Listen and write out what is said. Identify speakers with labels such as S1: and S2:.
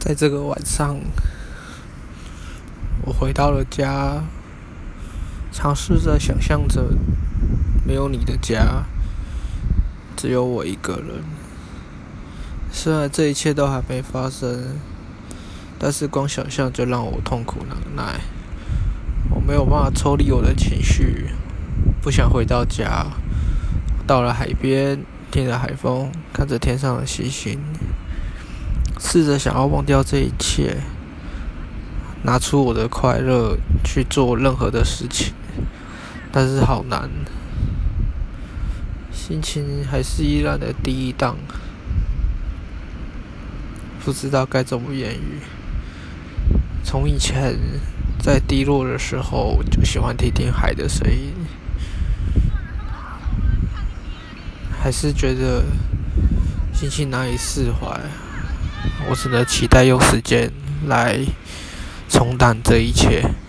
S1: 在这个晚上，我回到了家，尝试着想象着没有你的家，只有我一个人。虽然这一切都还没发生，但是光想象就让我痛苦难耐。我没有办法抽离我的情绪，不想回到家。到了海边，听着海风，看着天上的星星，试着想要忘掉这一切，拿出我的快乐去做任何的事情，但是好难，心情还是依然的低档，不知道该怎么言语。从以前在低落的时候，就喜欢听听海的声音，还是觉得心情难以释怀。我只能期待用时间来冲淡这一切。